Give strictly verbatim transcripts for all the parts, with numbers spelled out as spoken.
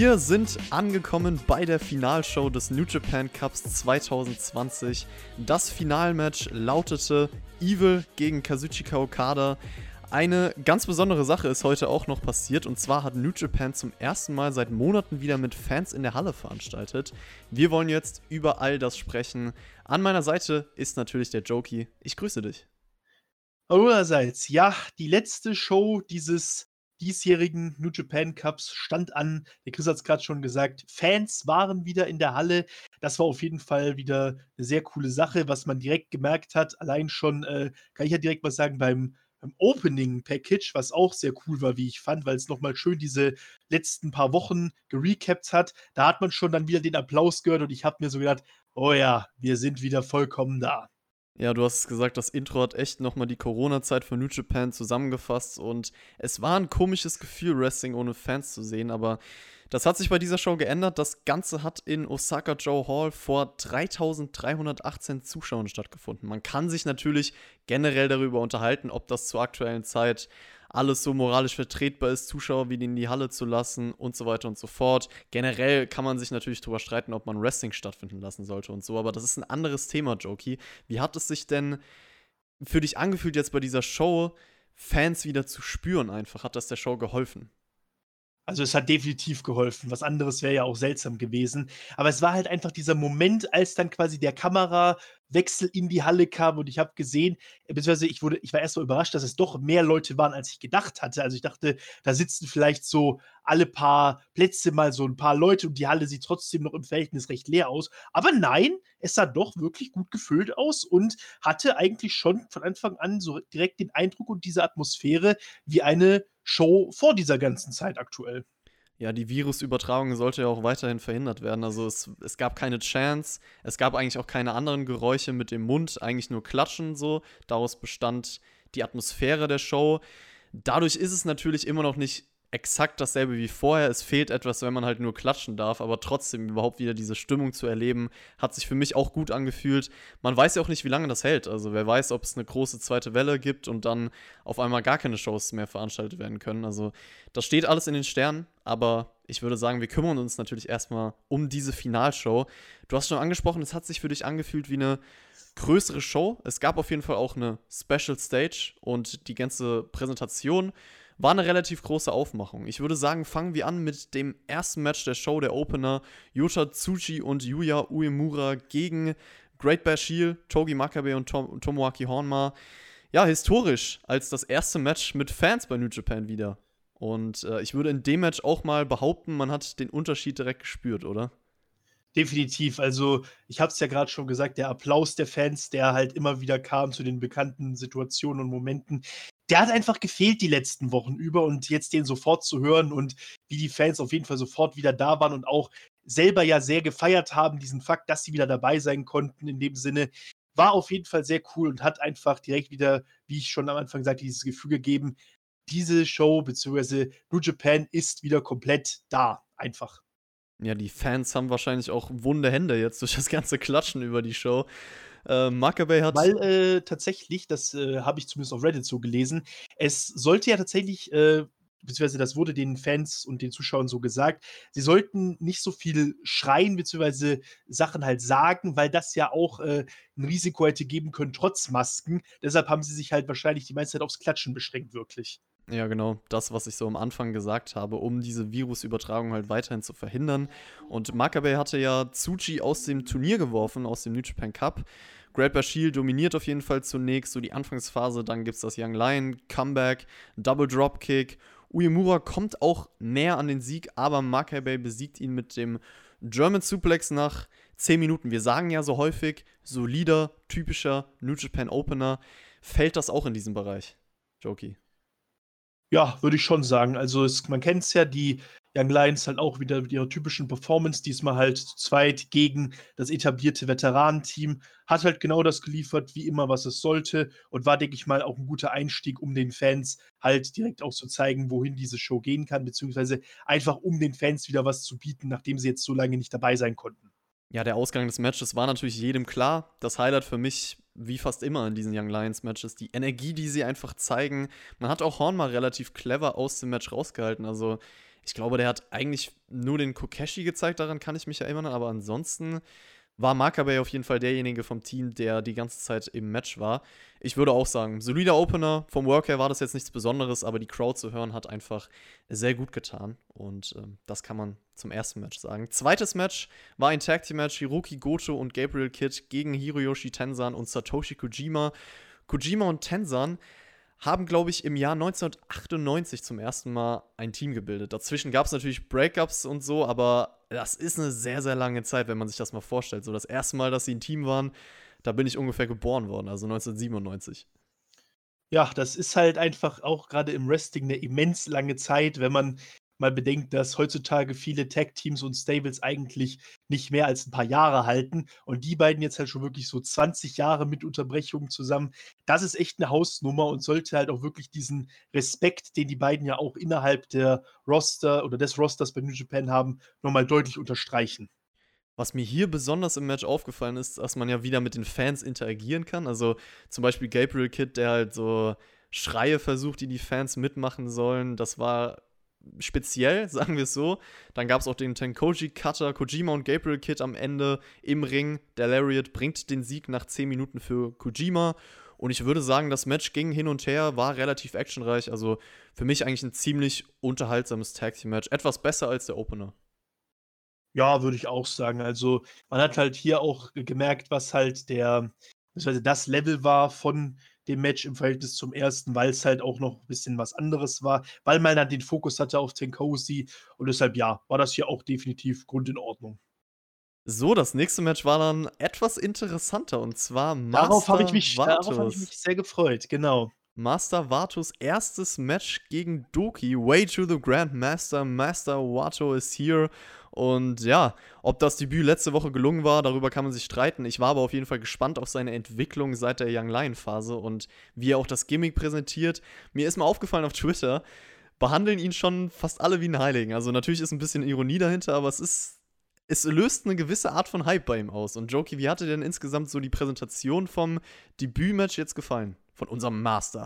Wir sind angekommen bei der Finalshow des New Japan Cups zwanzig zwanzig. Das Finalmatch lautete Evil gegen Kazuchika Okada. Eine ganz besondere Sache ist heute auch noch passiert, und zwar hat New Japan zum ersten Mal seit Monaten wieder mit Fans in der Halle veranstaltet. Wir wollen jetzt über all das sprechen. An meiner Seite ist natürlich der Joki. Ich grüße dich. Allerseits, ja, die letzte Show dieses diesjährigen New Japan Cups stand an. Der Chris hat es gerade schon gesagt, Fans waren wieder in der Halle. Das war auf jeden Fall wieder eine sehr coole Sache, was man direkt gemerkt hat. Allein schon, äh, kann ich ja direkt was sagen, beim, beim Opening-Package, was auch sehr cool war, wie ich fand, weil es nochmal schön diese letzten paar Wochen gerecapt hat. Da hat man schon dann wieder den Applaus gehört und ich habe mir so gedacht, oh ja, wir sind wieder vollkommen da. Ja, du hast es gesagt, das Intro hat echt nochmal die Corona-Zeit von New Japan zusammengefasst, und es war ein komisches Gefühl, Wrestling ohne Fans zu sehen, aber das hat sich bei dieser Show geändert. Das Ganze hat in Osaka-jo Hall vor dreitausenddreihundertachtzehn Zuschauern stattgefunden. Man kann sich natürlich generell darüber unterhalten, ob das zur aktuellen Zeit alles so moralisch vertretbar ist, Zuschauer wieder in die Halle zu lassen und so weiter und so fort. Generell kann man sich natürlich darüber streiten, ob man Wrestling stattfinden lassen sollte und so, aber das ist ein anderes Thema, Joki. Wie hat es sich denn für dich angefühlt, jetzt bei dieser Show Fans wieder zu spüren einfach? Hat das der Show geholfen? Also, es hat definitiv geholfen. Was anderes wäre ja auch seltsam gewesen. Aber es war halt einfach dieser Moment, als dann quasi der Kamerawechsel in die Halle kam und ich habe gesehen, äh, beziehungsweise ich wurde ich war erst mal überrascht, dass es doch mehr Leute waren, als ich gedacht hatte. Also, ich dachte, da sitzen vielleicht so alle paar Plätze mal so ein paar Leute und die Halle sieht trotzdem noch im Verhältnis recht leer aus. Aber nein, es sah doch wirklich gut gefüllt aus und hatte eigentlich schon von Anfang an so direkt den Eindruck und diese Atmosphäre wie eine Show vor dieser ganzen Zeit aktuell. Ja, die Virusübertragung sollte ja auch weiterhin verhindert werden. Also es, es gab keine Chants, es gab eigentlich auch keine anderen Geräusche mit dem Mund, eigentlich nur Klatschen so. Daraus bestand die Atmosphäre der Show. Dadurch ist es natürlich immer noch nicht exakt dasselbe wie vorher. Es fehlt etwas, wenn man halt nur klatschen darf, aber trotzdem überhaupt wieder diese Stimmung zu erleben, hat sich für mich auch gut angefühlt. Man weiß ja auch nicht, wie lange das hält. Also wer weiß, ob es eine große zweite Welle gibt und dann auf einmal gar keine Shows mehr veranstaltet werden können. Also das steht alles in den Sternen, aber ich würde sagen, wir kümmern uns natürlich erstmal um diese Finalshow. Du hast schon angesprochen, es hat sich für dich angefühlt wie eine größere Show. Es gab auf jeden Fall auch eine Special Stage und die ganze Präsentation war eine relativ große Aufmachung. Ich würde sagen, fangen wir an mit dem ersten Match der Show, der Opener. Yota Tsuji und Yuya Uemura gegen Great Bash Heel, Togi Makabe und Tom- Tomoaki Honma. Ja, historisch als das erste Match mit Fans bei New Japan wieder. Und äh, ich würde in dem Match auch mal behaupten, man hat den Unterschied direkt gespürt, oder? Definitiv. Also, ich habe es ja gerade schon gesagt, der Applaus der Fans, der halt immer wieder kam zu den bekannten Situationen und Momenten, der hat einfach gefehlt die letzten Wochen über und jetzt den sofort zu hören und wie die Fans auf jeden Fall sofort wieder da waren und auch selber ja sehr gefeiert haben, diesen Fakt, dass sie wieder dabei sein konnten in dem Sinne, war auf jeden Fall sehr cool und hat einfach direkt wieder, wie ich schon am Anfang sagte, dieses Gefühl gegeben, diese Show beziehungsweise New Japan ist wieder komplett da, einfach. Ja, die Fans haben wahrscheinlich auch wunde Hände jetzt durch das ganze Klatschen über die Show. Äh, Makabe hat Weil, äh, tatsächlich, das, äh, habe ich zumindest auf Reddit so gelesen, es sollte ja tatsächlich, äh beziehungsweise das wurde den Fans und den Zuschauern so gesagt, sie sollten nicht so viel schreien beziehungsweise Sachen halt sagen, weil das ja auch, äh, 'n Risiko hätte geben können trotz Masken. Deshalb haben sie sich halt wahrscheinlich die meiste Zeit aufs Klatschen beschränkt, wirklich. Ja, genau, das, was ich so am Anfang gesagt habe, um diese Virusübertragung halt weiterhin zu verhindern. Und Makabe hatte ja Tsuji aus dem Turnier geworfen, aus dem New Japan Cup. Great Bashir dominiert auf jeden Fall zunächst so die Anfangsphase, dann gibt's das Young Lion, Comeback, Double Dropkick. Uemura kommt auch näher an den Sieg, aber Makabe besiegt ihn mit dem German Suplex nach zehn Minuten. Wir sagen ja so häufig, solider, typischer New Japan Opener. Fällt das auch in diesen Bereich, Joki? Ja, würde ich schon sagen. Also, es man kennt's ja, die Young Lions halt auch wieder mit ihrer typischen Performance, diesmal halt zu zweit gegen das etablierte Veteranenteam. Hat halt genau das geliefert, wie immer, was es sollte und war, denke ich mal, auch ein guter Einstieg, um den Fans halt direkt auch zu zeigen, wohin diese Show gehen kann, beziehungsweise einfach, um den Fans wieder was zu bieten, nachdem sie jetzt so lange nicht dabei sein konnten. Ja, der Ausgang des Matches war natürlich jedem klar. Das Highlight für mich, wie fast immer in diesen Young Lions Matches, die Energie, die sie einfach zeigen. Man hat auch Horn mal relativ clever aus dem Match rausgehalten. Also Ich glaube, der hat eigentlich nur den Kokeshi gezeigt, daran kann ich mich erinnern, aber ansonsten war Makabe auf jeden Fall derjenige vom Team, der die ganze Zeit im Match war. Ich würde auch sagen, solider Opener. Vom Work her war das jetzt nichts Besonderes, aber die Crowd zu hören hat einfach sehr gut getan. Und ähm, das kann man zum ersten Match sagen. Zweites Match war ein Tag Team Match. Hiroki Goto und Gabriel Kidd gegen Hiroyoshi Tenzan und Satoshi Kojima. Kojima und Tenzan haben, glaube ich, im Jahr neunzehnhundertachtundneunzig zum ersten Mal ein Team gebildet. Dazwischen gab es natürlich Breakups und so, aber das ist eine sehr, sehr lange Zeit, wenn man sich das mal vorstellt. So das erste Mal, dass sie ein Team waren, da bin ich ungefähr geboren worden, also neunzehnhundertsiebenundneunzig. Ja, das ist halt einfach auch gerade im Wrestling eine immens lange Zeit, wenn man mal bedenkt, dass heutzutage viele Tag-Teams und Stables eigentlich nicht mehr als ein paar Jahre halten und die beiden jetzt halt schon wirklich so zwanzig Jahre mit Unterbrechungen zusammen. Das ist echt eine Hausnummer und sollte halt auch wirklich diesen Respekt, den die beiden ja auch innerhalb der Roster oder des Rosters bei New Japan haben, noch mal deutlich unterstreichen. Was mir hier besonders im Match aufgefallen ist, dass man ja wieder mit den Fans interagieren kann. Also zum Beispiel Gabriel Kidd, der halt so Schreie versucht, die die Fans mitmachen sollen. Das war speziell, sagen wir es so. Dann gab es auch den Tenkoji-Cutter, Kojima und Gabriel Kidd am Ende im Ring. Der Lariat bringt den Sieg nach zehn Minuten für Kojima. Und ich würde sagen, das Match ging hin und her, war relativ actionreich. Also für mich eigentlich ein ziemlich unterhaltsames Tag-Team-Match. Etwas besser als der Opener. Ja, würde ich auch sagen. Also, man hat halt hier auch ge gemerkt, was halt der beziehungsweise das Level war von dem Match im Verhältnis zum ersten, weil es halt auch noch ein bisschen was anderes war, weil man dann den Fokus hatte auf Tenkosi und deshalb, ja, war das hier auch definitiv Grund in Ordnung. So, das nächste Match war dann etwas interessanter und zwar Darauf habe ich Master mich darauf habe ich mich Vatos. sehr gefreut, genau. Master Vatos erstes Match gegen Doki. Way to the Grandmaster. Master Vato is here. Und ja, ob das Debüt letzte Woche gelungen war, darüber kann man sich streiten. Ich war aber auf jeden Fall gespannt auf seine Entwicklung seit der Young Lion Phase und wie er auch das Gimmick präsentiert. Mir ist mal aufgefallen auf Twitter, behandeln ihn schon fast alle wie einen Heiligen. Also natürlich ist ein bisschen Ironie dahinter, aber es ist es löst eine gewisse Art von Hype bei ihm aus. Und Joki, wie hat dir denn insgesamt so die Präsentation vom Debütmatch jetzt gefallen? Von unserem Master.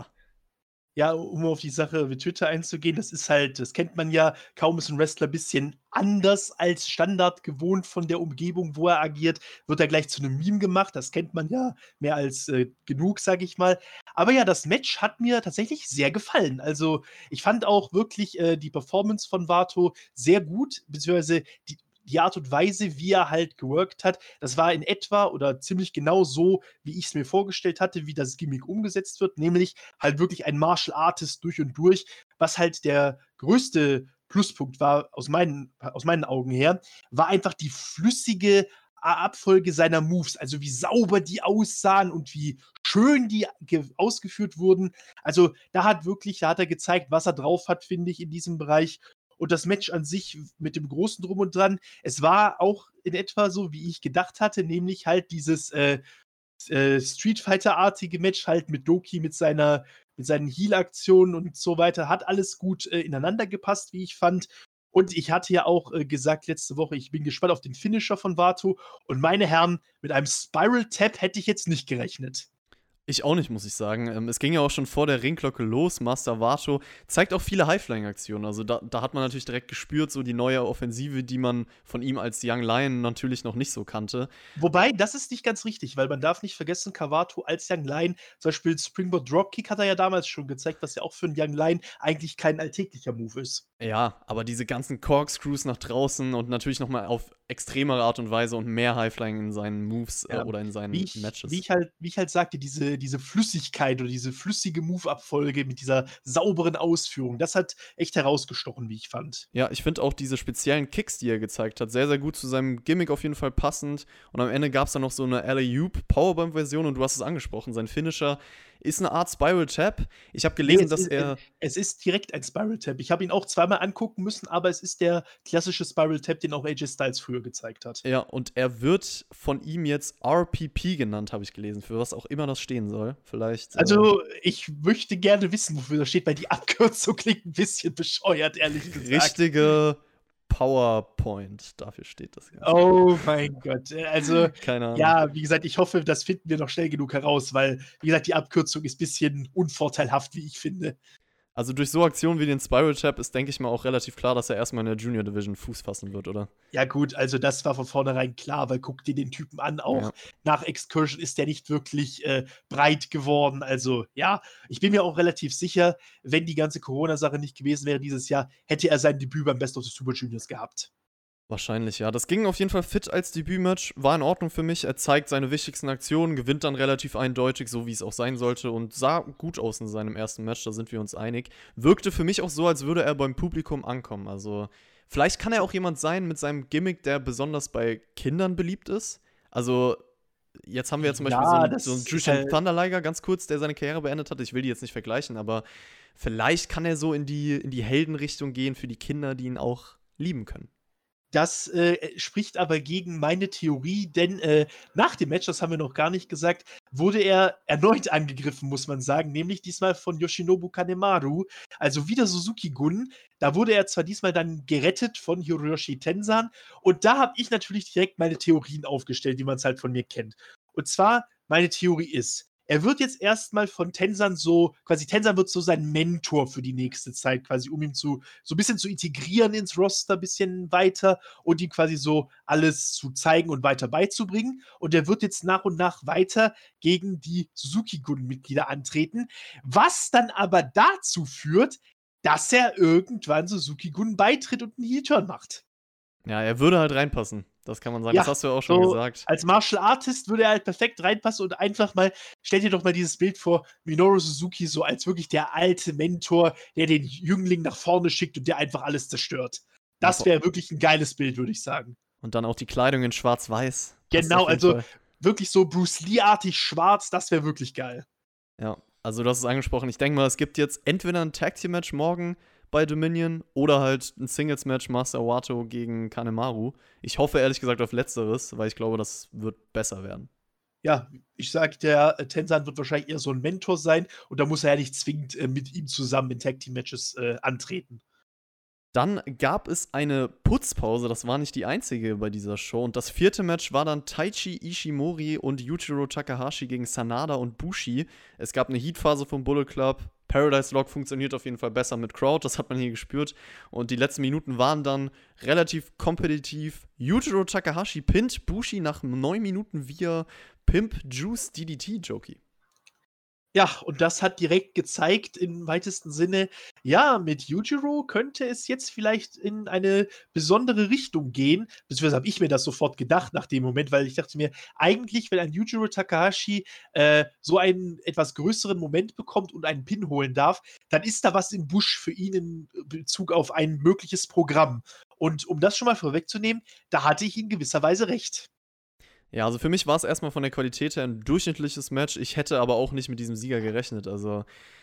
Ja, um auf die Sache mit Twitter einzugehen, das ist halt das kennt man ja, kaum ist 'n Wrestler bisschen anders als Standard gewohnt von der Umgebung, wo er agiert, wird er gleich zu 'nem Meme gemacht. Das kennt man ja mehr als, äh, genug, sage ich mal. Aber ja, das Match hat mir tatsächlich sehr gefallen. Also, ich fand auch wirklich, äh, die Performance von Vato sehr gut, beziehungsweise die die Art und Weise, wie er halt geworkt hat, das war in etwa oder ziemlich genau so, wie ich's mir vorgestellt hatte, wie das Gimmick umgesetzt wird, nämlich halt wirklich ein Martial Artist durch und durch, was halt der größte Pluspunkt war aus meinen aus meinen Augen her, war einfach die flüssige A Abfolge seiner Moves, also wie sauber die aussahen und wie schön die ge ausgeführt wurden. Also, da hat wirklich da hat er gezeigt, was er drauf hat, finde ich, in diesem Bereich. Und das Match an sich mit dem großen Drum und Dran, es war auch in etwa so, wie ich gedacht hatte, nämlich halt dieses, äh, äh, Street Fighter-artige Match halt mit Doki, mit seiner mit seinen Heal-Aktionen und so weiter. Hat alles gut, äh, ineinander gepasst, wie ich fand. Und ich hatte ja auch, äh, gesagt letzte Woche, ich bin gespannt auf den Finisher von Vato. Und meine Herren, mit einem Spiral Tap hätte ich jetzt nicht gerechnet. Ich auch nicht, muss ich sagen. Ähm, es ging ja auch schon vor der Ringglocke los. Master Vato zeigt auch viele Highflying-Aktionen. Also da, da hat man natürlich direkt gespürt, so die neue Offensive, die man von ihm als Young Lion natürlich noch nicht so kannte. Wobei, das ist nicht ganz richtig, weil man darf nicht vergessen, Kawato als Young Lion, zum Beispiel Springboard Dropkick hat er ja damals schon gezeigt, was ja auch für 'n Young Lion eigentlich kein alltäglicher Move ist. Ja, aber diese ganzen Corkscrews nach draußen und natürlich noch mal auf extremere Art und Weise und mehr Highflying in seinen Moves äh, Ja, oder in wie seinen ich wie Matches. ich halt wie ich halt sagte, diese diese Flüssigkeit oder diese flüssige Move-Abfolge mit dieser sauberen Ausführung, das hat echt herausgestochen, wie ich fand. Ja, ich finde auch diese speziellen Kicks, die er gezeigt hat, sehr, sehr gut zu seinem Gimmick auf jeden Fall passend. Und am Ende gab es dann noch so eine Alley-Oop Powerbomb-Version und du hast es angesprochen, sein Finisher ist eine Art Spiral Tap. Ich habe Ne, gelesen, es dass ist äh, er es ist direkt ein Spiral Tap. Ich habe ihn auch zweimal angucken müssen, aber es ist der klassische Spiral Tap, den auch A J Styles früher gezeigt hat. ja, und er wird von ihm jetzt R P P genannt, habe ich gelesen, für was auch immer das stehen soll. Vielleicht äh Also, ich möchte gerne wissen, wofür das steht, weil die Abkürzung klingt 'n bisschen bescheuert, ehrlich gesagt. richtige PowerPoint, dafür steht das Ganze. Oh mein Gott. Äh, also, Keine Ahnung. ja, wie gesagt, ich hoffe, das finden wir noch schnell genug heraus, weil, wie gesagt, die Abkürzung ist bisschen unvorteilhaft, wie ich finde. Also durch so Aktionen wie den Spiral Tap ist, denke ich mal, auch relativ klar, dass er erstmal in der Junior Division Fuß fassen wird, oder? Ja gut, also das war von vornherein klar, weil guck dir den Typen an, auch Ja. nach Excursion ist der nicht wirklich äh, breit geworden. Also ja, ich bin mir auch relativ sicher, wenn die ganze Corona-Sache nicht gewesen wäre dieses Jahr, hätte er sein Debüt beim Best of the Super Juniors gehabt. Wahrscheinlich, ja. Das ging auf jeden Fall fit als Debütmatch, war in Ordnung für mich. Er zeigt seine wichtigsten Aktionen, gewinnt dann relativ eindeutig, so wie es auch sein sollte und sah gut aus in seinem ersten Match, da sind wir uns einig. Wirkte für mich auch so, als würde er beim Publikum ankommen. Also vielleicht kann er auch jemand sein mit seinem Gimmick, der besonders bei Kindern beliebt ist. Also jetzt haben wir ja zum Beispiel Ja, so einen, das so einen ist Jushin halt Thunder Liger, ganz kurz, der seine Karriere beendet hat. Ich will die jetzt nicht vergleichen, aber vielleicht kann er so in die, in die Heldenrichtung gehen für die Kinder, die ihn auch lieben können. Das äh, spricht aber gegen meine Theorie, denn äh, nach dem Match, das haben wir noch gar nicht gesagt, wurde er erneut angegriffen, muss man sagen, nämlich diesmal von Yoshinobu Kanemaru, also wieder Suzuki-Gun. Da wurde er zwar diesmal dann gerettet von Hiroshi Tenzan und da habe ich natürlich direkt meine Theorien aufgestellt, wie man es halt von mir kennt. Und zwar, meine Theorie ist, er wird jetzt erstmal von Tenzan so, quasi Tenzan wird so sein Mentor für die nächste Zeit, quasi, um ihn zu, so ein bisschen zu integrieren ins Roster, ein bisschen weiter und ihm quasi so alles zu zeigen und weiter beizubringen. Und er wird jetzt nach und nach weiter gegen die Suzuki-Gun-Mitglieder antreten, was dann aber dazu führt, dass er irgendwann Suzuki-Gun beitritt und einen Heel-Turn macht. Ja, er würde halt reinpassen. Das kann man sagen. Ja, das hast du ja auch schon so gesagt. als Martial Artist würde er halt perfekt reinpassen und einfach mal, stell dir doch mal dieses Bild vor, Minoru Suzuki so als wirklich der alte Mentor, der den Jüngling nach vorne schickt und der einfach alles zerstört. Das wäre wirklich ein geiles Bild, würde ich sagen. Und dann auch die Kleidung in schwarz-weiß. Genau, also wirklich so Bruce Lee-artig schwarz, das wäre wirklich geil. Ja, also du hast es angesprochen. Ich denke mal, es gibt jetzt entweder ein Tag-Team-Match morgen bei Dominion oder halt ein Singles-Match Master Wato gegen Kanemaru. Ich hoffe ehrlich gesagt auf Letzteres, weil ich glaube, das wird besser werden. Ja, ich sag, der äh, Tenzan wird wahrscheinlich eher so ein Mentor sein und da muss er ja nicht zwingend äh, mit ihm zusammen in Tag-Team-Matches äh, antreten. Dann gab es eine Putzpause, das war nicht die einzige bei dieser Show. Und das vierte Match war dann Taichi Ishimori und Yujiro Takahashi gegen Sanada und Bushi. Es gab eine Heatphase vom Bullet Club. Paradise Lock funktioniert auf jeden Fall besser mit Crowd, das hat man hier gespürt. Und die letzten Minuten waren dann relativ kompetitiv. Yujiro Takahashi pinnt Bushi nach neun Minuten via Pimp Juice D D T, Joki. Ja, und das hat direkt gezeigt, im weitesten Sinne, ja, mit Yujiro könnte es jetzt vielleicht in eine besondere Richtung gehen. Beziehungsweise habe ich mir das sofort gedacht nach dem Moment, weil ich dachte mir, eigentlich, wenn ein Yujiro Takahashi äh, so einen etwas größeren Moment bekommt und einen Pin holen darf, dann ist da was im Busch für ihn in Bezug auf ein mögliches Programm. Und um das schon mal vorwegzunehmen, da hatte ich in gewisser Weise recht. Ja, also für mich war es erstmal von der Qualität her ein durchschnittliches Match. Ich hätte aber auch nicht mit diesem Sieger gerechnet. Also,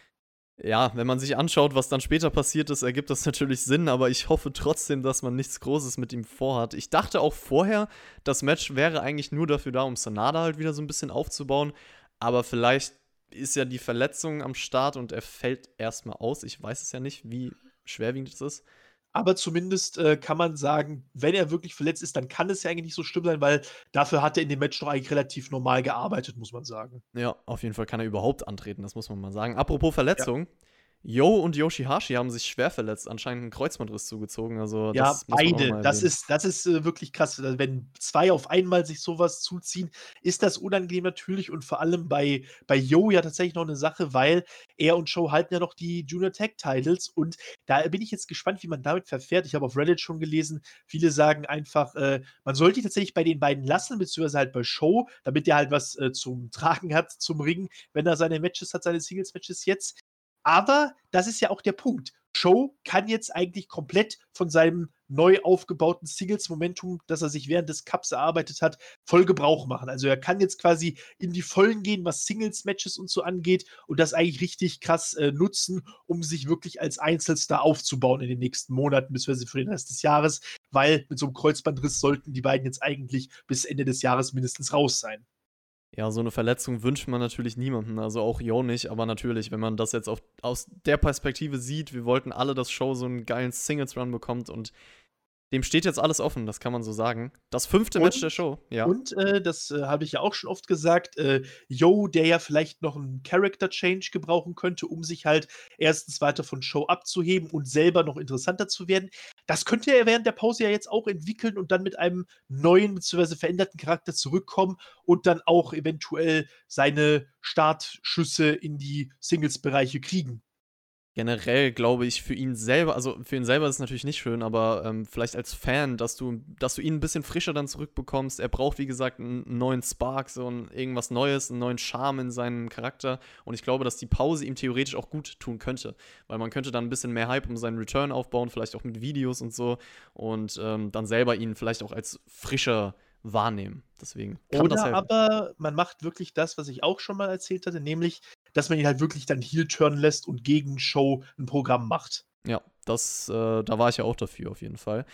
ja, wenn man sich anschaut, was dann später passiert ist, ergibt das natürlich Sinn, aber ich hoffe trotzdem, dass man nichts Großes mit ihm vorhat. Ich dachte auch vorher, das Match wäre eigentlich nur dafür da, um Sanada halt wieder so ein bisschen aufzubauen, aber vielleicht ist ja die Verletzung am Start und er fällt erstmal aus. Ich weiß es ja nicht, wie schwerwiegend es ist. Aber zumindest äh, kann man sagen, wenn er wirklich verletzt ist, dann kann es ja eigentlich nicht so schlimm sein, weil dafür hat er in dem Match doch eigentlich relativ normal gearbeitet, muss man sagen. Ja, auf jeden Fall kann er überhaupt antreten, das muss man mal sagen. Apropos Verletzung. Ja. Yo und Yoshihashi haben sich schwer verletzt, anscheinend einen Kreuzbandriss zugezogen. Also ja, das muss man beide. Das ist, das ist äh, wirklich krass. Wenn zwei auf einmal sich sowas zuziehen, ist das unangenehm natürlich. Und vor allem bei, bei Yo ja tatsächlich noch eine Sache, weil er und Show halten ja noch die Junior Tag Titles. Und da bin ich jetzt gespannt, wie man damit verfährt. Ich habe auf Reddit schon gelesen, viele sagen einfach, äh, man sollte die tatsächlich bei den beiden lassen, beziehungsweise halt bei Show, damit er halt was äh, zum Tragen hat, zum Ring, wenn er seine Matches hat, seine Singles-Matches jetzt. Aber das ist ja auch der Punkt. Show kann jetzt eigentlich komplett von seinem neu aufgebauten Singles-Momentum, das er sich während des Cups erarbeitet hat, voll Gebrauch machen. Also er kann jetzt quasi in die Vollen gehen, was Singles-Matches und so angeht und das eigentlich richtig krass äh, nutzen, um sich wirklich als Einzelstar aufzubauen in den nächsten Monaten, beziehungsweise für den Rest des Jahres, weil mit so einem Kreuzbandriss sollten die beiden jetzt eigentlich bis Ende des Jahres mindestens raus sein. Ja, so eine Verletzung wünscht man natürlich niemandem, also auch Jo nicht, aber natürlich, wenn man das jetzt auf, aus der Perspektive sieht, wir wollten alle, dass Show so einen geilen Singles-Run bekommt und Dem steht jetzt alles offen, das kann man so sagen. Das fünfte Match der Und Show, ja. und, äh, das, äh, habe ich ja auch schon oft gesagt, äh, Yo, der ja vielleicht noch 'n Character Change gebrauchen könnte, um sich halt erstens weiter von Show abzuheben und selber noch interessanter zu werden. Das könnte er während der Pause ja jetzt auch entwickeln und dann mit einem neuen beziehungsweise veränderten Charakter zurückkommen und dann auch eventuell seine Startschüsse in die Singles-Bereiche kriegen. Generell glaube ich für ihn selber also, für ihn selber ist es natürlich nicht schön, aber, ähm, vielleicht als Fan, dass du dass du ihn 'n bisschen frischer dann zurückbekommst. Er braucht, wie gesagt, 'n 'n neuen Spark, so 'n irgendwas Neues, 'n neuen Charme in seinem Charakter. Und ich glaube, dass die Pause ihm theoretisch auch gut tun könnte, weil man könnte dann 'n bisschen mehr Hype um seinen Return aufbauen, vielleicht auch mit Videos und so und, ähm, dann selber ihn vielleicht auch als frischer wahrnehmen. Deswegen kann das Oder helfen. aber man macht wirklich das, was ich auch schon mal erzählt hatte, nämlich, dass man ihn halt wirklich dann heel turnen lässt und gegen Show 'n Programm macht. Ja, das äh, da war ich ja auch dafür auf jeden Fall.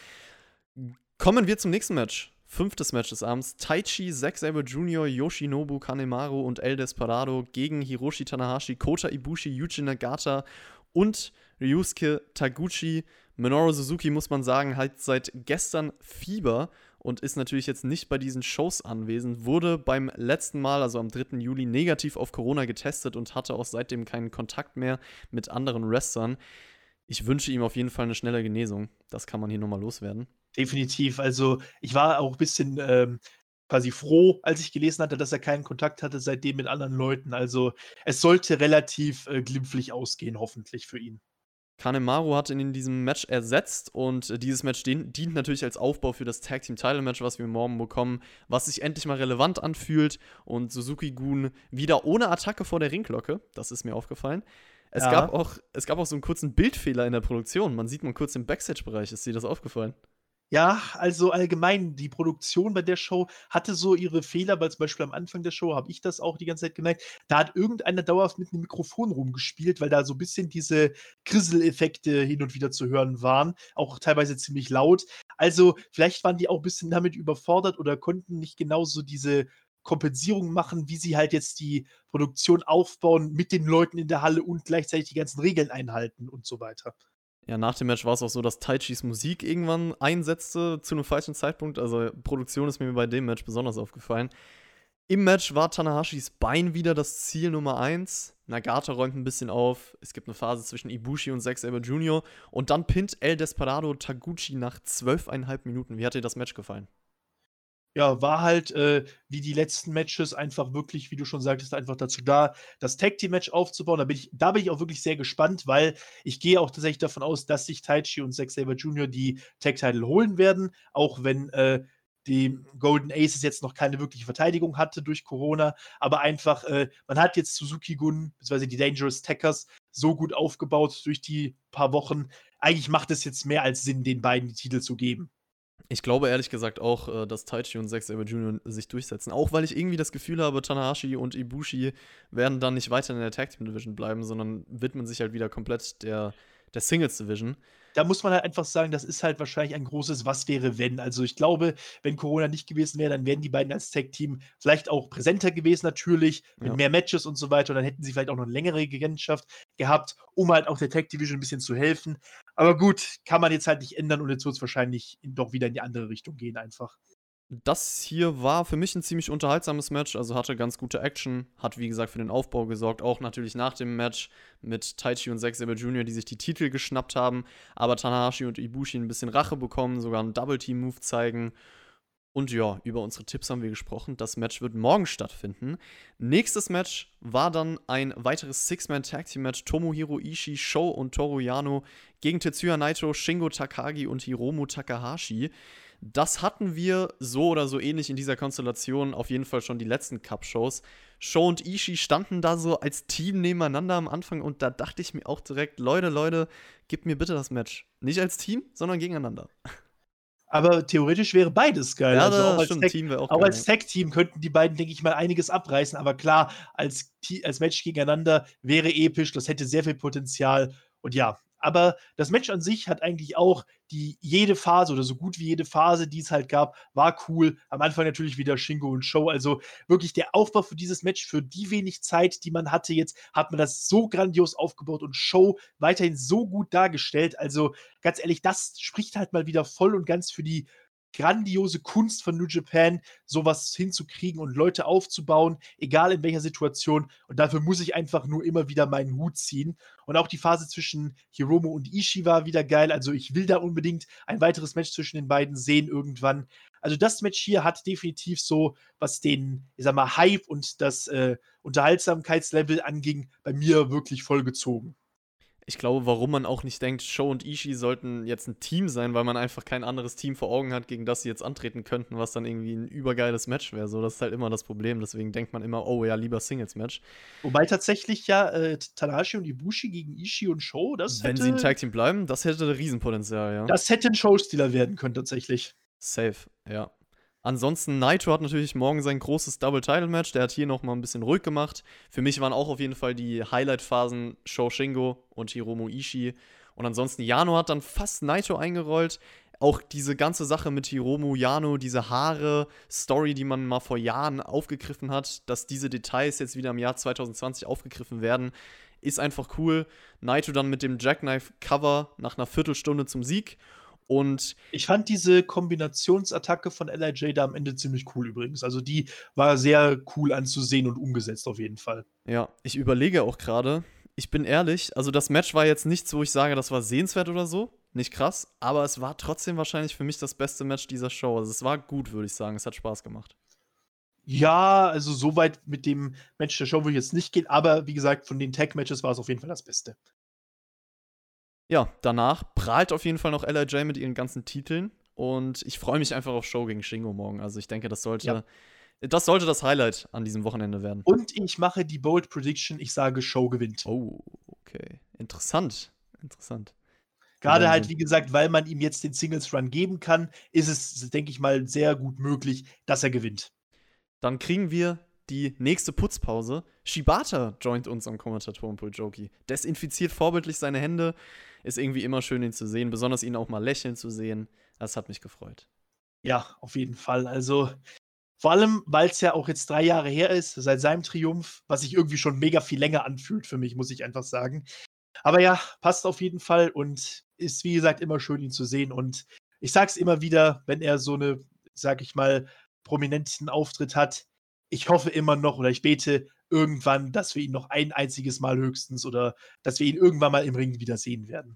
Kommen wir zum nächsten Match. Fünftes Match des Abends. Taichi, Zack Sabre Junior, Yoshinobu Kanemaru und El Desperado gegen Hiroshi Tanahashi, Kota Ibushi, Yuji Nagata und Ryusuke Taguchi. Minoru Suzuki, muss man sagen, hat seit gestern Fieber und ist natürlich jetzt nicht bei diesen Shows anwesend. Wurde beim letzten Mal, also am dritten Juli, negativ auf Corona getestet und hatte auch seitdem keinen Kontakt mehr mit anderen Wrestlern. Ich wünsche ihm auf jeden Fall 'ne schnelle Genesung. Das kann man hier noch mal loswerden. Definitiv. Also, ich war auch bisschen, ähm, quasi froh, als ich gelesen hatte, dass er keinen Kontakt hatte seitdem mit anderen Leuten. Also, es sollte relativ, äh, glimpflich ausgehen, hoffentlich für ihn. Kanemaru hat ihn in diesem Match ersetzt und, äh, dieses Match dient dient natürlich als Aufbau für das Tag Team Title Match, was wir morgen bekommen, was sich endlich mal relevant anfühlt und Suzuki-Gun wieder ohne Attacke vor der Ringglocke. Das ist mir aufgefallen. Es gab Ja. auch es gab auch so 'n kurzen Bildfehler in der Produktion. Man sieht mal kurz im Backstage-Bereich. Ist dir das aufgefallen? Ja, also allgemein, die Produktion bei der Show hatte so ihre Fehler, weil zum Beispiel am Anfang der Show habe ich das auch die ganze Zeit gemerkt, da hat irgendeiner dauerhaft mit 'nem Mikrofon rumgespielt, weil da so bisschen diese Krisseleffekte hin und wieder zu hören waren, auch teilweise ziemlich laut. Also, vielleicht waren die auch bisschen damit überfordert oder konnten nicht genau so diese Kompensierung machen, wie sie halt jetzt die Produktion aufbauen mit den Leuten in der Halle und gleichzeitig die ganzen Regeln einhalten und so weiter. Ja, nach dem Match war's auch so, dass Taichis Musik irgendwann einsetzte zu 'nem falschen Zeitpunkt. Also, Produktion ist mir bei dem Match besonders aufgefallen. Im Match war Tanahashis Bein wieder das Ziel Nummer eins. Nagata räumt 'n bisschen auf. Es gibt 'ne Phase zwischen Ibushi und Zack Sabre Junior und dann pinnt El Desperado Taguchi nach zwölf Komma fünf Minuten. Wie hat dir das Match gefallen? Ja, war halt, äh, wie die letzten Matches einfach wirklich, wie du schon sagtest, einfach dazu da, das Tag-Team-Match aufzubauen. Da bin ich da bin ich auch wirklich sehr gespannt, weil ich gehe auch tatsächlich davon aus, dass sich Taichi und Zack Sabre Junior die Tag-Title holen werden, auch wenn, äh, die Golden Aces jetzt noch keine wirkliche Verteidigung hatte durch Corona. Aber einfach, äh, man hat jetzt Suzuki-Gun beziehungsweise die Dangerous Tekkers so gut aufgebaut durch die paar Wochen. Eigentlich macht es jetzt mehr als Sinn, den beiden die Titel zu geben. Ich glaube ehrlich gesagt auch, äh, dass Taichi und Zack Sabre Junior sich durchsetzen. Auch weil ich irgendwie das Gefühl habe, Tanahashi und Ibushi werden dann nicht weiter in der Tag Team Division bleiben, sondern widmen sich halt wieder komplett der der Singles Division. Da muss man halt einfach sagen, das ist halt wahrscheinlich ein großes „Was wäre, wenn?“ Also, ich glaube, wenn Corona nicht gewesen wäre, dann wären die beiden als Tag-Team vielleicht auch präsenter gewesen natürlich, mit Ja. mehr Matches und so weiter. Und dann hätten sie vielleicht auch noch 'ne längere Regentschaft gehabt, um halt auch der Tag Division 'n bisschen zu helfen. Aber gut, kann man jetzt halt nicht ändern und jetzt wird's wahrscheinlich doch wieder in die andere Richtung gehen einfach. Das hier war für mich 'n ziemlich unterhaltsames Match, also hatte ganz gute Action, hat wie gesagt für den Aufbau gesorgt, auch natürlich nach dem Match mit Taichi und Zack Sabre Junior, die sich die Titel geschnappt haben, aber Tanahashi und Ibushi 'n bisschen Rache bekommen, sogar 'n Double-Team-Move zeigen. Und ja, über unsere Tipps haben wir gesprochen. Das Match wird morgen stattfinden. Nächstes Match war dann ein weiteres Six-Man-Tag-Team-Match. Tomohiro Ishii, Sho und Toru Yano gegen Tetsuya Naito, Shingo Takagi und Hiromu Takahashi. Das hatten wir so oder so ähnlich in dieser Konstellation auf jeden Fall schon die letzten Cup-Shows. Sho und Ishii standen da so als Team nebeneinander am Anfang und da dachte ich mir auch direkt: „Leute, Leute, gebt mir bitte das Match.“ Nicht als Team, sondern gegeneinander. Aber theoretisch wäre beides geil. Ja, Also, auch das als stimmt, Tag Team wäre auch auch geil, als ja. Tag-Team könnten die beiden, denke ich mal, einiges abreißen. Aber klar, als Te als Match gegeneinander wäre episch, das hätte sehr viel Potenzial. Und ja, aber das Match an sich hat eigentlich auch die jede Phase oder so gut wie jede Phase, die es halt gab, war cool. Am Anfang natürlich wieder Shingo und Show. Also wirklich der Aufbau für dieses Match, für die wenig Zeit, die man hatte jetzt, hat man das so grandios aufgebaut und Show weiterhin so gut dargestellt. Also ganz ehrlich, das spricht halt mal wieder voll und ganz für die grandiose Kunst von New Japan, sowas hinzukriegen und Leute aufzubauen, egal in welcher Situation. Und dafür muss ich einfach nur immer wieder meinen Hut ziehen. Und auch die Phase zwischen Hiromu und Ishii war wieder geil. Also ich will da unbedingt ein weiteres Match zwischen den beiden sehen irgendwann. Also das Match hier hat definitiv so, was den, ich sag mal, Hype und das äh, Unterhaltsamkeitslevel anging, bei mir wirklich vollgezogen. Ich glaube, warum man auch nicht denkt, Show und Ishii sollten jetzt ein Team sein, weil man einfach kein anderes Team vor Augen hat, gegen das sie jetzt antreten könnten, was dann irgendwie ein übergeiles Match wäre. So, das ist halt immer das Problem. Deswegen denkt man immer, oh ja, lieber Singles-Match. Wobei tatsächlich ja äh, Tanahashi und Ibushi gegen Ishii und Show, das Wenn hätte, sie ein Tag-Team bleiben, das hätte Riesenpotenzial, ja. das hätte ein Showstealer werden können tatsächlich. Safe, ja. Ansonsten, Naito hat natürlich morgen sein großes Double-Title-Match. Der hat hier noch mal ein bisschen ruhig gemacht. Für mich waren auch auf jeden Fall die Highlight-Phasen Sho Shingo und Hiromu Ishii. Und ansonsten, Yano hat dann fast Naito eingerollt. Auch diese ganze Sache mit Hiromu, Yano, diese Haare-Story, die man mal vor Jahren aufgegriffen hat, dass diese Details jetzt wieder im Jahr zwanzig zwanzig aufgegriffen werden, ist einfach cool. Naito dann mit dem Jackknife-Cover nach einer Viertelstunde zum Sieg. Und Ich fand diese Kombinationsattacke von L I J da am Ende ziemlich cool übrigens. Also die war sehr cool anzusehen und umgesetzt auf jeden Fall. ja, ich überlege auch gerade, ich bin ehrlich, also das Match war jetzt nichts, wo ich sage, das war sehenswert oder so, nicht krass, aber es war trotzdem wahrscheinlich für mich das beste Match dieser Show. Also es war gut, würde ich sagen, es hat Spaß gemacht. Ja, also so weit mit dem Match der Show würde ich jetzt nicht gehen, aber wie gesagt, von den Tag-Matches war es auf jeden Fall das Beste. Ja, danach prahlt auf jeden Fall noch L I J mit ihren ganzen Titeln und ich freue mich einfach auf Show gegen Shingo morgen. Also ich denke, das sollte, Ja. das sollte das Highlight an diesem Wochenende werden. Und ich mache die Bold Prediction, ich sage, Show gewinnt. Oh, okay. Interessant. Interessant. Gerade werden halt, sehen. wie gesagt, weil man ihm jetzt den Singles-Run geben kann, ist es, denke ich mal, sehr gut möglich, dass er gewinnt. Dann kriegen wir die nächste Putzpause. Shibata joint uns am Kommentatorenpult, Joki. Desinfiziert vorbildlich seine Hände. Ist irgendwie immer schön, ihn zu sehen. Besonders ihn auch mal lächeln zu sehen. Das hat mich gefreut. Ja, auf jeden Fall. Also, vor allem, weil es ja auch jetzt drei Jahre her ist, seit seinem Triumph, was sich irgendwie schon mega viel länger anfühlt für mich, muss ich einfach sagen. Aber ja, passt auf jeden Fall und ist, wie gesagt, immer schön, ihn zu sehen. Und ich sag's immer wieder, wenn er so eine, sag ich mal, prominenten Auftritt hat, ich hoffe immer noch oder ich bete irgendwann, dass wir ihn noch ein einziges Mal höchstens oder dass wir ihn irgendwann mal im Ring wieder sehen werden.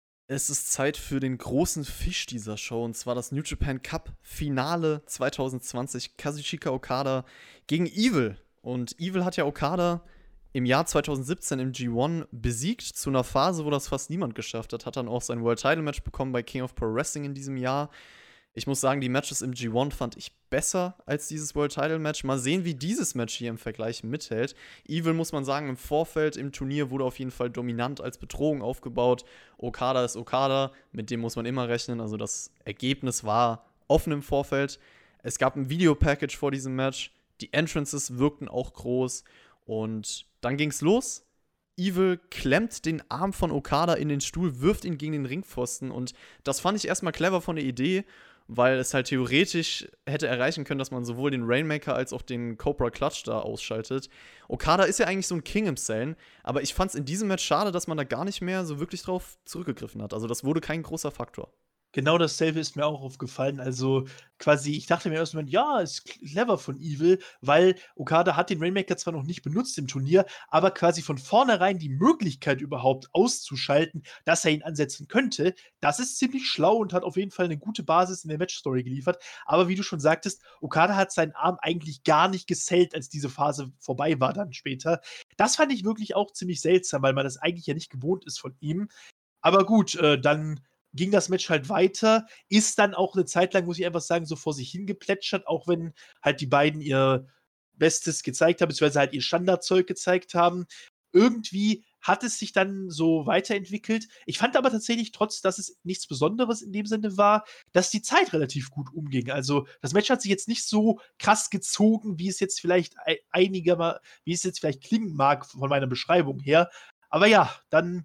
Es ist Zeit für den großen Fisch dieser Show, und zwar das New Japan Cup Finale zwanzig zwanzig. Kazuchika Okada gegen Evil. Und Evil hat ja Okada im Jahr zwanzig siebzehn im G eins besiegt, zu einer Phase, wo das fast niemand geschafft hat. Hat dann auch sein World Title Match bekommen bei King of Pro Wrestling in diesem Jahr. Ich muss sagen, die Matches im G eins fand ich besser als dieses World Title Match. Mal sehen, wie dieses Match hier im Vergleich mithält. Evil, muss man sagen, im Vorfeld im Turnier wurde auf jeden Fall dominant als Bedrohung aufgebaut. Okada ist Okada, mit dem muss man immer rechnen. Also das Ergebnis war offen im Vorfeld. Es gab ein Videopackage vor diesem Match. Die Entrances wirkten auch groß. Und dann ging's los. Evil klemmt den Arm von Okada in den Stuhl, wirft ihn gegen den Ringpfosten. Und das fand ich erstmal clever von der Idee, weil es halt theoretisch hätte erreichen können, dass man sowohl den Rainmaker als auch den Cobra Clutch da ausschaltet. Okada ist ja eigentlich so ein King im Sellen, aber ich fand es in diesem Match schade, dass man da gar nicht mehr so wirklich drauf zurückgegriffen hat. Also das wurde kein großer Faktor. Genau dasselbe ist mir auch aufgefallen. Also quasi, ich dachte mir erstmal, ja, ist clever von Evil, weil Okada hat den Rainmaker zwar noch nicht benutzt im Turnier, aber quasi von vornherein die Möglichkeit überhaupt auszuschalten, dass er ihn ansetzen könnte. Das ist ziemlich schlau und hat auf jeden Fall eine gute Basis in der Matchstory geliefert. Aber wie du schon sagtest, Okada hat seinen Arm eigentlich gar nicht gesellt, als diese Phase vorbei war dann später. Das fand ich wirklich auch ziemlich seltsam, weil man das eigentlich ja nicht gewohnt ist von ihm. Aber gut, äh, dann ging das Match halt weiter, ist dann auch eine Zeit lang, muss ich einfach sagen, so vor sich hingeplätschert, auch wenn halt die beiden ihr Bestes gezeigt haben, beziehungsweise halt ihr Standardzeug gezeigt haben. Irgendwie hat es sich dann so weiterentwickelt. Ich fand aber tatsächlich, trotz dass es nichts Besonderes in dem Sinne war, dass die Zeit relativ gut umging. Also das Match hat sich jetzt nicht so krass gezogen, wie es jetzt vielleicht einiger, wie es jetzt vielleicht klingen mag von meiner Beschreibung her. Aber ja, dann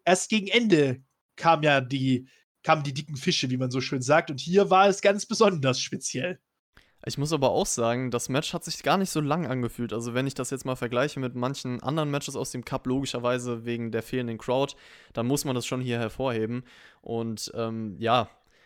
erst gegen Ende kam ja die kamen die dicken Fische, wie man so schön sagt. Und hier war es ganz besonders speziell. Ich muss aber auch sagen, das Match hat sich gar nicht so lang angefühlt. Also wenn ich das jetzt mal vergleiche mit manchen anderen Matches aus dem Cup, logischerweise wegen der fehlenden Crowd, dann muss man das schon hier hervorheben. Und ähm, ja,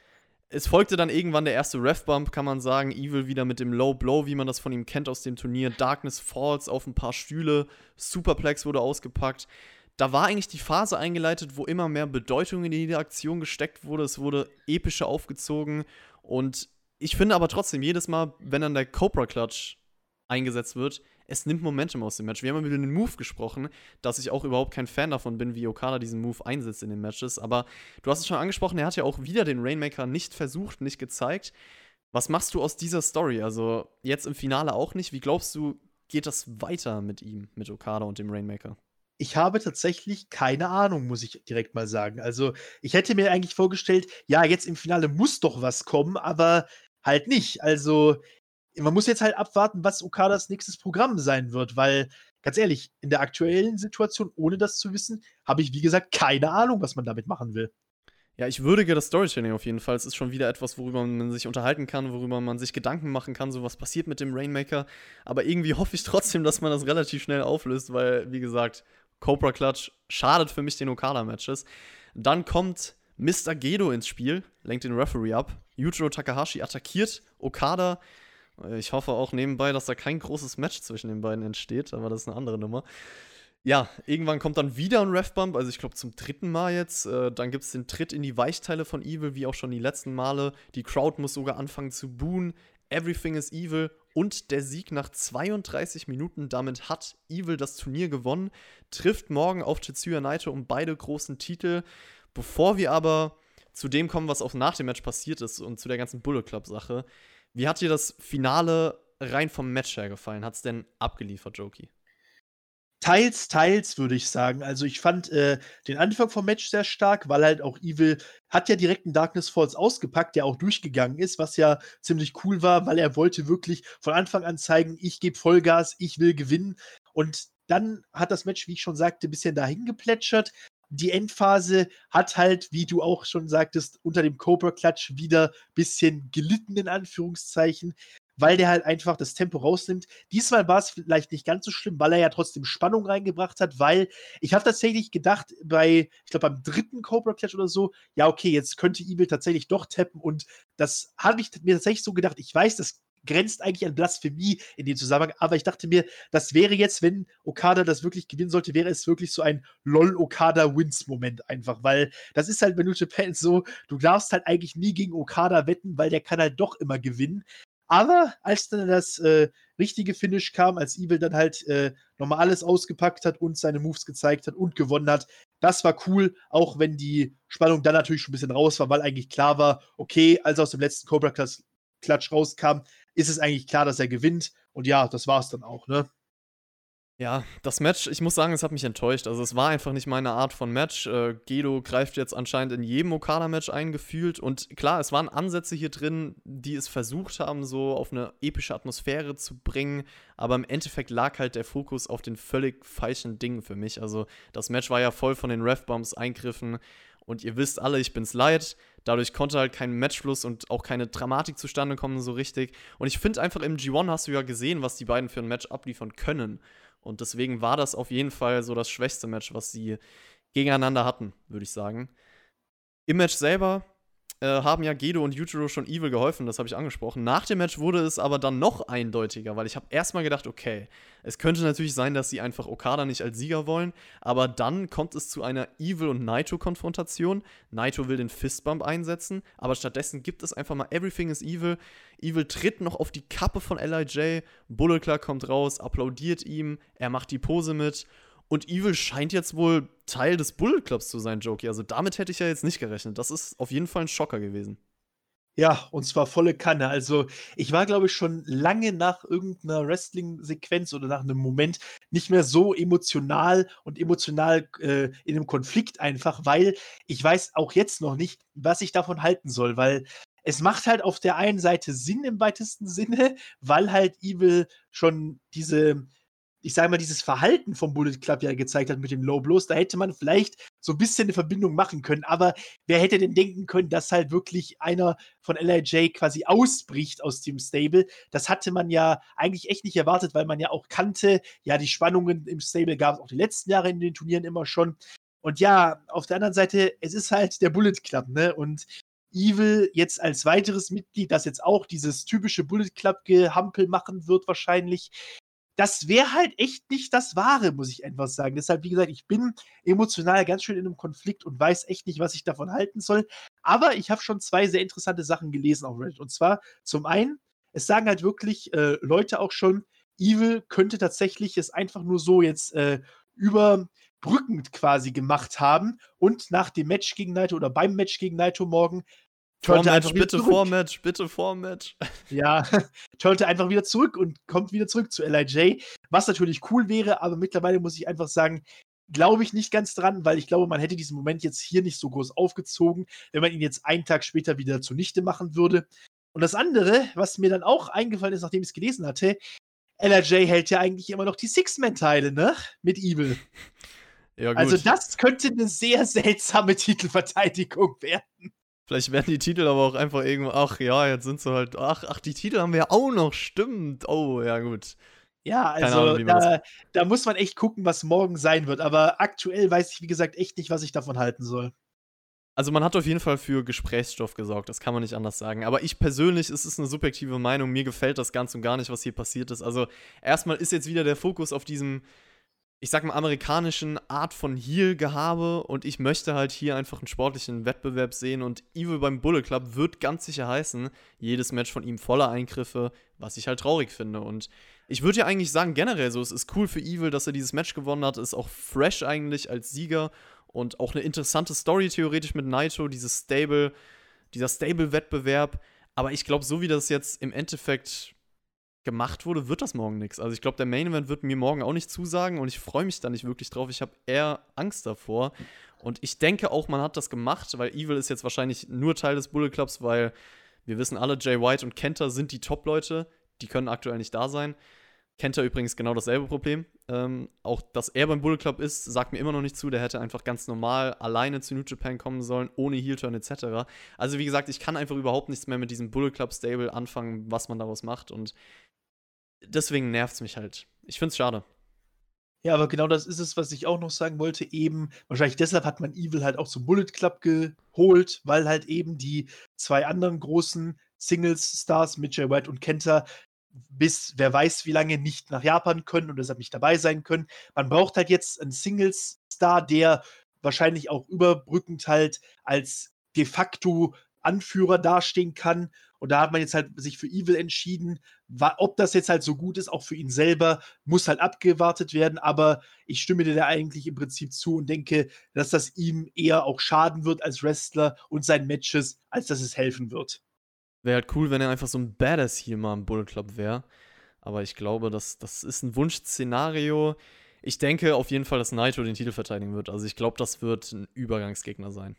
es folgte dann irgendwann der erste Ref-Bump, kann man sagen. Evil wieder mit dem Low Blow, wie man das von ihm kennt aus dem Turnier. Darkness Falls auf ein paar Stühle. Superplex wurde ausgepackt. Da war eigentlich die Phase eingeleitet, wo immer mehr Bedeutung in jede Aktion gesteckt wurde. Es wurde epischer aufgezogen. Und ich finde aber trotzdem, jedes Mal, wenn dann der Cobra Clutch eingesetzt wird, es nimmt Momentum aus dem Match. Wir haben über den Move gesprochen, dass ich auch überhaupt kein Fan davon bin, wie Okada diesen Move einsetzt in den Matches. Aber du hast es schon angesprochen, er hat ja auch wieder den Rainmaker nicht versucht, nicht gezeigt. Was machst du aus dieser Story? Also jetzt im Finale auch nicht. Wie glaubst du, geht das weiter mit ihm, mit Okada und dem Rainmaker? Ich habe tatsächlich keine Ahnung, muss ich direkt mal sagen. Also, ich hätte mir eigentlich vorgestellt, ja, jetzt im Finale muss doch was kommen, aber halt nicht. Also, man muss jetzt halt abwarten, was Okadas nächstes Programm sein wird, weil ganz ehrlich, in der aktuellen Situation, ohne das zu wissen, habe ich, wie gesagt, keine Ahnung, was man damit machen will. Ja, ich würdige das Storytelling auf jeden Fall. Es ist schon wieder etwas, worüber man sich unterhalten kann, worüber man sich Gedanken machen kann, so was passiert mit dem Rainmaker. Aber irgendwie hoffe ich trotzdem, dass man das relativ schnell auflöst, weil, wie gesagt, Cobra Clutch schadet für mich den Okada-Matches. Dann kommt Mister Gedo ins Spiel, lenkt den Referee ab. Yujiro Takahashi attackiert Okada. Ich hoffe auch nebenbei, dass da kein großes Match zwischen den beiden entsteht, aber das ist eine andere Nummer. Ja, irgendwann kommt dann wieder ein Ref-Bump, also ich glaube zum dritten Mal jetzt. Äh, dann gibt es den Tritt in die Weichteile von Evil, wie auch schon die letzten Male. Die Crowd muss sogar anfangen zu buhen. Everything is Evil. Und der Sieg nach zweiunddreißig Minuten. Damit hat Evil das Turnier gewonnen. Trifft morgen auf Tetsuya Naito um beide großen Titel. Bevor wir aber zu dem kommen, was auch nach dem Match passiert ist und zu der ganzen Bullet Club-Sache. Wie hat dir das Finale rein vom Match her gefallen? Hat es denn abgeliefert, Jokey? Teils, teils, würde ich sagen. Also, ich fand, äh, den Anfang vom Match sehr stark, weil halt auch Evil hat ja direkt 'n Darkness Falls ausgepackt, der auch durchgegangen ist, was ja ziemlich cool war, weil er wollte wirklich von Anfang an zeigen: „Ich gebe Vollgas, ich will gewinnen." Und dann hat das Match, wie ich schon sagte, bisschen dahin geplätschert. Die Endphase hat halt, wie du auch schon sagtest, unter dem Cobra Clutch wieder bisschen gelitten in Anführungszeichen, weil der halt einfach das Tempo rausnimmt. Diesmal war es vielleicht nicht ganz so schlimm, weil er ja trotzdem Spannung reingebracht hat, weil ich habe tatsächlich gedacht bei, ich glaube beim dritten Cobra Clutch oder so, ja okay, jetzt könnte Evil tatsächlich doch tappen und das habe ich mir tatsächlich so gedacht. Ich weiß, das grenzt eigentlich an Blasphemie in dem Zusammenhang, aber ich dachte mir, das wäre jetzt, wenn Okada das wirklich gewinnen sollte, wäre es wirklich so ein LOL-Okada-Wins-Moment einfach, weil das ist halt bei New Japan so, du darfst halt eigentlich nie gegen Okada wetten, weil der kann halt doch immer gewinnen. Aber als dann das äh, richtige Finish kam, als Evil dann halt äh, nochmal alles ausgepackt hat und seine Moves gezeigt hat und gewonnen hat, das war cool, auch wenn die Spannung dann natürlich schon ein bisschen raus war, weil eigentlich klar war, okay, als er aus dem letzten Cobra Clutch rauskam, ist es eigentlich klar, dass er gewinnt. Und ja, das war es dann auch, ne? Ja, das Match, ich muss sagen, es hat mich enttäuscht. Also es war einfach nicht meine Art von Match. Äh, Gedo greift jetzt anscheinend in jedem Okada-Match eingefühlt. Und klar, es waren Ansätze hier drin, die es versucht haben, so auf eine epische Atmosphäre zu bringen. Aber im Endeffekt lag halt der Fokus auf den völlig falschen Dingen für mich. Also das Match war ja voll von den Ref-Bumps, Eingriffen. Und ihr wisst alle, ich bin's leid. Dadurch konnte halt kein Matchfluss und auch keine Dramatik zustande kommen so richtig. Und ich finde einfach, im G eins hast du ja gesehen, was die beiden für ein Match abliefern können. Und deswegen war das auf jeden Fall so das schwächste Match, was sie gegeneinander hatten, würde ich sagen. Im Match selber äh, haben ja Gedo und Yujiro schon Evil geholfen, das habe ich angesprochen. Nach dem Match wurde es aber dann noch eindeutiger, weil ich habe erstmal gedacht, okay, es könnte natürlich sein, dass sie einfach Okada nicht als Sieger wollen, aber dann kommt es zu einer Evil- und Naito-Konfrontation. Naito will den Fistbump einsetzen, aber stattdessen gibt es einfach mal Everything is Evil. Evil tritt noch auf die Kappe von L I J, Bullet Club kommt raus, applaudiert ihm, er macht die Pose mit. Und Evil scheint jetzt wohl Teil des Bullet Clubs zu sein, Jokey. Also damit hätte ich ja jetzt nicht gerechnet. Das ist auf jeden Fall ein Schocker gewesen. Ja, und zwar volle Kanne. Also, ich war, glaube ich, schon lange nach irgendeiner Wrestling-Sequenz oder nach einem Moment nicht mehr so emotional und emotional äh, in einem Konflikt einfach, weil ich weiß auch jetzt noch nicht, was ich davon halten soll, weil es macht halt auf der einen Seite Sinn im weitesten Sinne, weil halt Evil schon diese ich sage mal, dieses Verhalten vom Bullet Club ja gezeigt hat mit den Low Blows, da hätte man vielleicht so ein bisschen eine Verbindung machen können. Aber wer hätte denn denken können, dass halt wirklich einer von L I J quasi ausbricht aus dem Stable? Das hatte man ja eigentlich echt nicht erwartet, weil man ja auch kannte, ja, die Spannungen im Stable gab es auch die letzten Jahre in den Turnieren immer schon. Und ja, auf der anderen Seite, es ist halt der Bullet Club, ne? Und Evil jetzt als weiteres Mitglied, das jetzt auch dieses typische Bullet Club-Gehampel machen wird wahrscheinlich, das wäre halt echt nicht das Wahre, muss ich einfach sagen. Deshalb, wie gesagt, ich bin emotional ganz schön in einem Konflikt und weiß echt nicht, was ich davon halten soll. Aber ich habe schon zwei sehr interessante Sachen gelesen auf Reddit. Und zwar zum einen, es sagen halt wirklich äh, Leute auch schon, Evil könnte tatsächlich es einfach nur so jetzt äh, überbrückend quasi gemacht haben und nach dem Match gegen Naito oder beim Match gegen Naito morgen Vormatch, bitte Vormatch, bitte Vormatch. Ja, turnte einfach wieder zurück und kommt wieder zurück zu L I J, was natürlich cool wäre, aber mittlerweile muss ich einfach sagen, glaube ich nicht ganz dran, weil ich glaube, man hätte diesen Moment jetzt hier nicht so groß aufgezogen, wenn man ihn jetzt einen Tag später wieder zunichte machen würde. Und das andere, was mir dann auch eingefallen ist, nachdem ich es gelesen hatte, L I J hält ja eigentlich immer noch die Six-Man-Teile, ne? Mit Evil. Ja, gut. Also das könnte eine sehr seltsame Titelverteidigung werden. Vielleicht werden die Titel aber auch einfach irgendwo, ach ja, jetzt sind sie halt, ach, ach, die Titel haben wir ja auch noch, stimmt. Oh, ja, gut. Ja, Keine also Ahnung, wie man da, da muss man echt gucken, was morgen sein wird. Aber aktuell weiß ich, wie gesagt, echt nicht, was ich davon halten soll. Also man hat auf jeden Fall für Gesprächsstoff gesorgt, das kann man nicht anders sagen. Aber ich persönlich, es ist eine subjektive Meinung, mir gefällt das ganz und gar nicht, was hier passiert ist. Also erstmal ist jetzt wieder der Fokus auf diesem, ich sag mal, amerikanischen Art von Heel-Gehabe und ich möchte halt hier einfach einen sportlichen Wettbewerb sehen und Evil beim Bullet Club wird ganz sicher heißen, jedes Match von ihm voller Eingriffe, was ich halt traurig finde. Und ich würde ja eigentlich sagen, generell so, es ist cool für Evil, dass er dieses Match gewonnen hat, ist auch fresh eigentlich als Sieger und auch eine interessante Story theoretisch mit Naito, dieses Stable, dieser Stable-Wettbewerb. Aber ich glaube, so wie das jetzt im Endeffekt gemacht wurde, wird das morgen nichts. Also ich glaube, der Main Event wird mir morgen auch nicht zusagen und ich freue mich da nicht wirklich drauf. Ich habe eher Angst davor. Und ich denke auch, man hat das gemacht, weil Evil ist jetzt wahrscheinlich nur Teil des Bullet Clubs, weil wir wissen alle, Jay White und Kenta sind die Top-Leute. Die können aktuell nicht da sein. Kenta übrigens genau dasselbe Problem. Ähm, auch, dass er beim Bullet Club ist, sagt mir immer noch nicht zu. Der hätte einfach ganz normal alleine zu New Japan kommen sollen, ohne Heel-Turn et cetera. Also wie gesagt, ich kann einfach überhaupt nichts mehr mit diesem Bullet Club-Stable anfangen, was man daraus macht. Und deswegen nervt es mich halt. Ich find's schade. Ja, aber genau das ist es, was ich auch noch sagen wollte. Eben, wahrscheinlich deshalb hat man Evil halt auch zum Bullet Club geholt, weil halt eben die zwei anderen großen Singles-Stars mit Jay White und Kenta bis wer weiß wie lange nicht nach Japan können und deshalb nicht dabei sein können. Man braucht halt jetzt einen Singles-Star, der wahrscheinlich auch überbrückend halt als de facto Anführer dastehen kann. Und da hat man jetzt halt sich für Evil entschieden. Ob das jetzt halt so gut ist, auch für ihn selber, muss halt abgewartet werden. Aber ich stimme dir da eigentlich im Prinzip zu und denke, dass das ihm eher auch schaden wird als Wrestler und seinen Matches, als dass es helfen wird. Wäre halt cool, wenn er einfach so ein Badass hier mal im Bullet Club wäre. Aber ich glaube, das, das ist ein Wunschszenario. Ich denke auf jeden Fall, dass Naito den Titel verteidigen wird. Also ich glaube, das wird ein Übergangsgegner sein.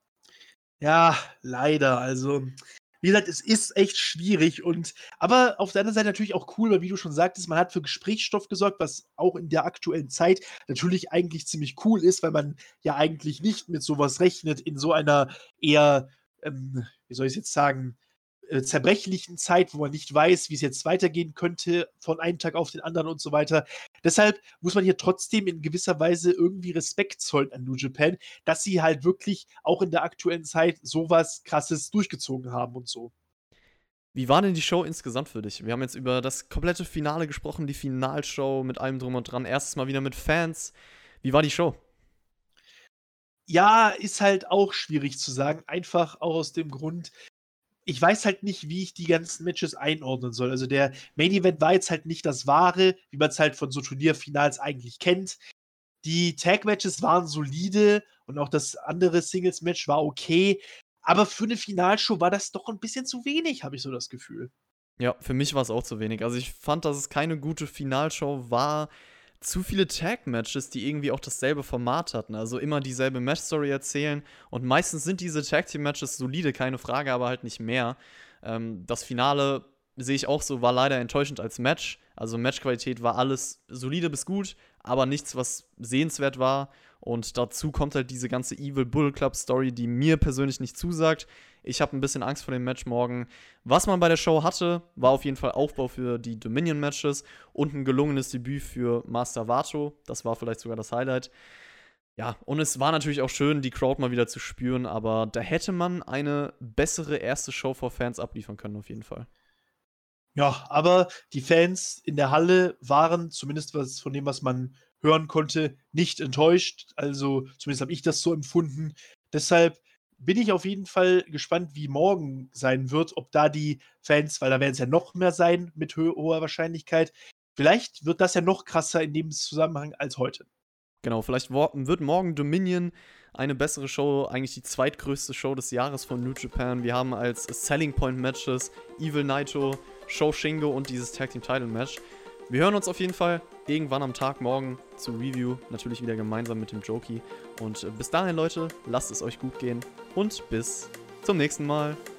Ja, leider. Also, wie gesagt, es ist echt schwierig. Und aber auf der anderen Seite natürlich auch cool, weil wie du schon sagtest, man hat für Gesprächsstoff gesorgt, was auch in der aktuellen Zeit natürlich eigentlich ziemlich cool ist, weil man ja eigentlich nicht mit sowas rechnet in so einer eher, ähm, wie soll ich es jetzt sagen, äh, zerbrechlichen Zeit, wo man nicht weiß, wie es jetzt weitergehen könnte von einem Tag auf den anderen und so weiter. Deshalb muss man hier trotzdem in gewisser Weise irgendwie Respekt zollen an New Japan, dass sie halt wirklich auch in der aktuellen Zeit sowas Krasses durchgezogen haben und so. Wie war denn die Show insgesamt für dich? Wir haben jetzt über das komplette Finale gesprochen, die Finalshow mit allem drum und dran. Erstes Mal wieder mit Fans. Wie war die Show? Ja, ist halt auch schwierig zu sagen. Einfach auch aus dem Grund, ich weiß halt nicht, wie ich die ganzen Matches einordnen soll. Also der Main Event war jetzt halt nicht das Wahre, wie man es halt von so Turnierfinals eigentlich kennt. Die Tag-Matches waren solide und auch das andere Singles-Match war okay. Aber für eine Finalshow war das doch ein bisschen zu wenig, habe ich so das Gefühl. Ja, für mich war es auch zu wenig. Also ich fand, dass es keine gute Finalshow war. Zu viele Tag-Matches, die irgendwie auch dasselbe Format hatten. Also immer dieselbe Match-Story erzählen. Und meistens sind diese Tag-Team-Matches solide, keine Frage, aber halt nicht mehr. Ähm, das Finale sehe ich auch so, war leider enttäuschend als Match. Also Matchqualität war alles solide bis gut, aber nichts, was sehenswert war. Und dazu kommt halt diese ganze Evil Bullet Club Story, die mir persönlich nicht zusagt. Ich habe ein bisschen Angst vor dem Match morgen. Was man bei der Show hatte, war auf jeden Fall Aufbau für die Dominion-Matches und ein gelungenes Debüt für Master Wato. Das war vielleicht sogar das Highlight. Ja, und es war natürlich auch schön, die Crowd mal wieder zu spüren, aber da hätte man eine bessere erste Show vor Fans abliefern können, auf jeden Fall. Ja, aber die Fans in der Halle waren, zumindest was von dem, was man hören konnte, nicht enttäuscht. Also zumindest habe ich das so empfunden. Deshalb bin ich auf jeden Fall gespannt, wie morgen sein wird, ob da die Fans, weil da werden es ja noch mehr sein mit ho hoher Wahrscheinlichkeit. Vielleicht wird das ja noch krasser in dem Zusammenhang als heute. Genau, vielleicht wird morgen Dominion eine bessere Show, eigentlich die zweitgrößte Show des Jahres von New Japan. Wir haben als Selling Point Matches Evil Naito, Sho Shingo und dieses Tag Team Title Match. Wir hören uns auf jeden Fall irgendwann am Tag morgen zur Review, natürlich wieder gemeinsam mit dem Joki. Und bis dahin, Leute, lasst es euch gut gehen und bis zum nächsten Mal.